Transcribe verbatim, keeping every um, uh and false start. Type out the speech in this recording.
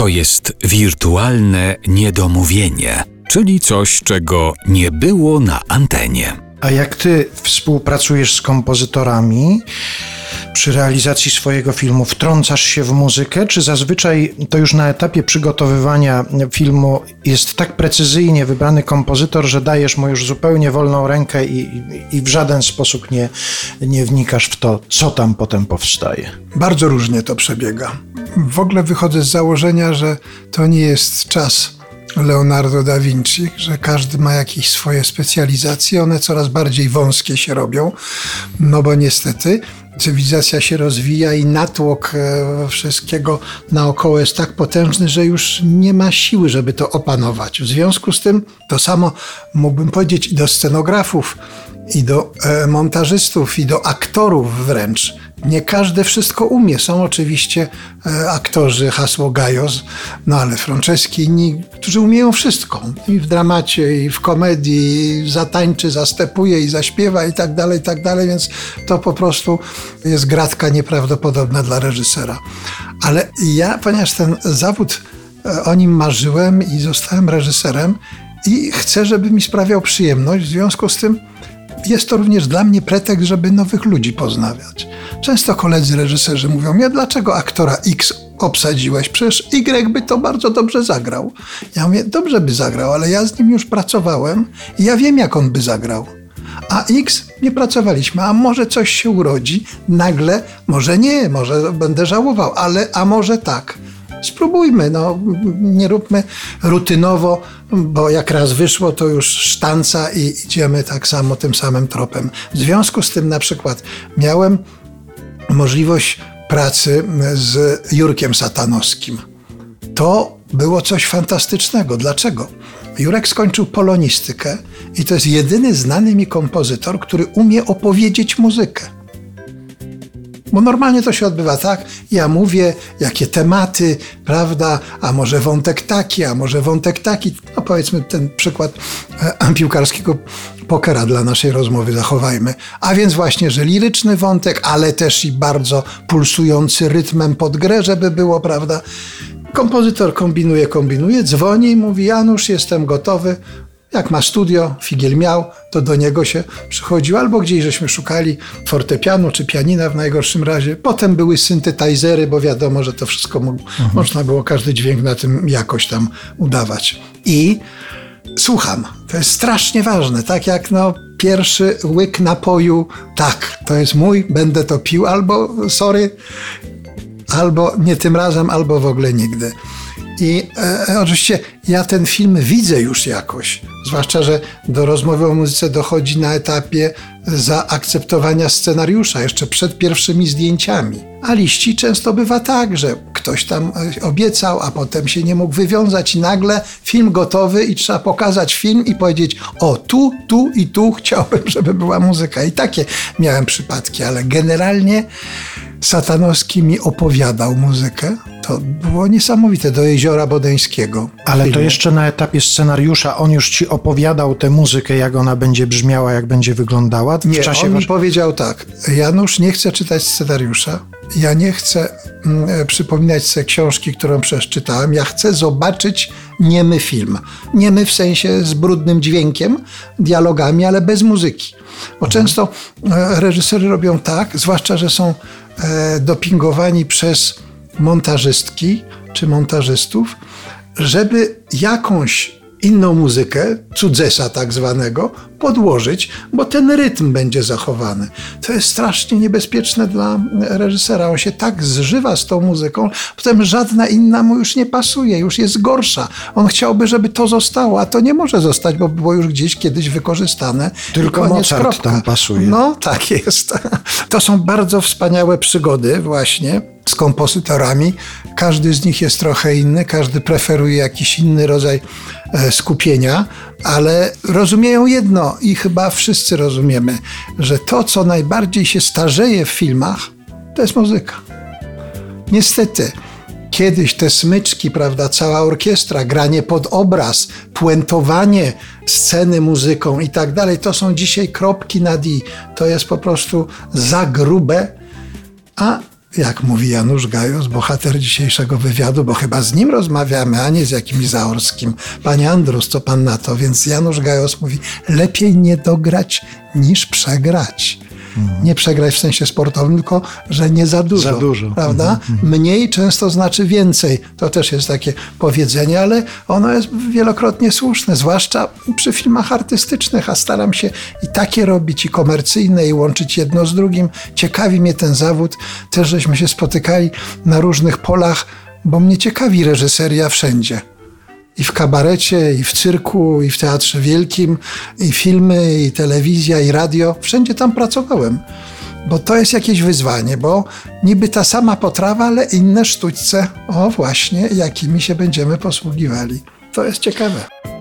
To jest wirtualne niedomówienie, czyli coś, czego nie było na antenie. A jak ty współpracujesz z kompozytorami przy realizacji swojego filmu, wtrącasz się w muzykę, czy zazwyczaj to już na etapie przygotowywania filmu jest tak precyzyjnie wybrany kompozytor, że dajesz mu już zupełnie wolną rękę i, i w żaden sposób nie, nie wnikasz w to, co tam potem powstaje? Bardzo różnie to przebiega. W ogóle wychodzę z założenia, że to nie jest czas Leonardo da Vinci, że każdy ma jakieś swoje specjalizacje, one coraz bardziej wąskie się robią, no bo niestety cywilizacja się rozwija i natłok wszystkiego naokoło jest tak potężny, że już nie ma siły, żeby to opanować. W związku z tym to samo mógłbym powiedzieć i do scenografów, i do montażystów, i do aktorów wręcz. Nie każdy wszystko umie. Są oczywiście aktorzy, hasło Gajos, no ale Franceski, inni, którzy umieją wszystko. I w dramacie, i w komedii, i zatańczy, zastępuje, i zaśpiewa, i tak dalej, i tak dalej, więc to po prostu jest gratka nieprawdopodobna dla reżysera. Ale ja, ponieważ ten zawód, o nim marzyłem i zostałem reżyserem i chcę, żeby mi sprawiał przyjemność, w związku z tym jest to również dla mnie pretekst, żeby nowych ludzi poznawać. Często koledzy reżyserzy mówią, ja dlaczego aktora X obsadziłeś? Przecież Y by to bardzo dobrze zagrał. Ja mówię, dobrze by zagrał, ale ja z nim już pracowałem i ja wiem, jak on by zagrał. A X nie pracowaliśmy, a może coś się urodzi, nagle, może nie, może będę żałował, ale a może tak. Spróbujmy, no nie róbmy rutynowo, bo jak raz wyszło, to już sztanca i idziemy tak samo tym samym tropem. W związku z tym na przykład miałem możliwość pracy z Jurkiem Satanowskim. To było coś fantastycznego. Dlaczego? Jurek skończył polonistykę i to jest jedyny znany mi kompozytor, który umie opowiedzieć muzykę. Bo normalnie to się odbywa tak, ja mówię, jakie tematy, prawda, a może wątek taki, a może wątek taki. No powiedzmy ten przykład e, piłkarskiego pokera dla naszej rozmowy zachowajmy. A więc właśnie, że liryczny wątek, ale też i bardzo pulsujący rytmem pod grę, żeby było, prawda. Kompozytor kombinuje, kombinuje, dzwoni i mówi, Janusz, jestem gotowy. Jak ma studio, figiel miał, to do niego się przychodził, albo gdzieś żeśmy szukali fortepianu czy pianina w najgorszym razie. Potem były syntetizers, bo wiadomo, że to wszystko mógł, mhm. można było każdy dźwięk na tym jakoś tam udawać. I słucham. To jest strasznie ważne. Tak jak no, pierwszy łyk napoju, tak, to jest mój, będę to pił, albo sorry, albo nie tym razem, albo w ogóle nigdy. I e, oczywiście ja ten film widzę już jakoś, zwłaszcza, że do rozmowy o muzyce dochodzi na etapie zaakceptowania scenariusza, jeszcze przed pierwszymi zdjęciami. A liści często bywa tak, że ktoś tam obiecał, a potem się nie mógł wywiązać i nagle film gotowy i trzeba pokazać film i powiedzieć, o tu, tu i tu chciałbym, żeby była muzyka. I takie miałem przypadki, ale generalnie Satanowski mi opowiadał muzykę. To było niesamowite, do Jeziora Bodeńskiego. Ale to jeszcze na etapie scenariusza on już ci opowiadał tę muzykę, jak ona będzie brzmiała, jak będzie wyglądała? W nie, czasie on wasz... mi powiedział tak, Janusz, nie chcę czytać scenariusza, ja nie chcę mm, przypominać sobie książki, którą przeczytałem, ja chcę zobaczyć niemy film. Niemy w sensie z brudnym dźwiękiem, dialogami, ale bez muzyki. Bo mhm. często e, reżyserzy robią tak, zwłaszcza, że są e, dopingowani przez montażystki czy montażystów, żeby jakąś inną muzykę, cudzesa tak zwanego, podłożyć, bo ten rytm będzie zachowany. To jest strasznie niebezpieczne dla reżysera. On się tak zżywa z tą muzyką, potem żadna inna mu już nie pasuje, już jest gorsza. On chciałby, żeby to zostało, a to nie może zostać, bo było już gdzieś kiedyś wykorzystane. Tylko Mozart kropka. Tam pasuje. No, tak jest. To są bardzo wspaniałe przygody właśnie z kompozytorami. Każdy z nich jest trochę inny, każdy preferuje jakiś inny rodzaj skupienia, ale rozumieją jedno i chyba wszyscy rozumiemy, że to, co najbardziej się starzeje w filmach, to jest muzyka. Niestety, kiedyś te smyczki, prawda, cała orkiestra, granie pod obraz, puentowanie sceny muzyką i tak dalej, to są dzisiaj kropki nad i. To jest po prostu za grube, a jak mówi Janusz Gajos, bohater dzisiejszego wywiadu, bo chyba z nim rozmawiamy, a nie z jakimś Zaorskim. Panie Andrus, co pan na to? Więc Janusz Gajos mówi, lepiej nie dograć niż przegrać. Mhm. Nie przegrać w sensie sportowym, tylko że nie za dużo. Za dużo. Prawda? Mhm. Mniej często znaczy więcej. To też jest takie powiedzenie, ale ono jest wielokrotnie słuszne, zwłaszcza przy filmach artystycznych, a staram się i takie robić, i komercyjne, i łączyć jedno z drugim. Ciekawi mnie ten zawód. Też żeśmy się spotykali na różnych polach, bo mnie ciekawi reżyseria wszędzie. I w kabarecie, i w cyrku, i w Teatrze Wielkim, i filmy, i telewizja, i radio. Wszędzie tam pracowałem. Bo to jest jakieś wyzwanie, bo niby ta sama potrawa, ale inne sztućce, o właśnie, jakimi się będziemy posługiwali. To jest ciekawe.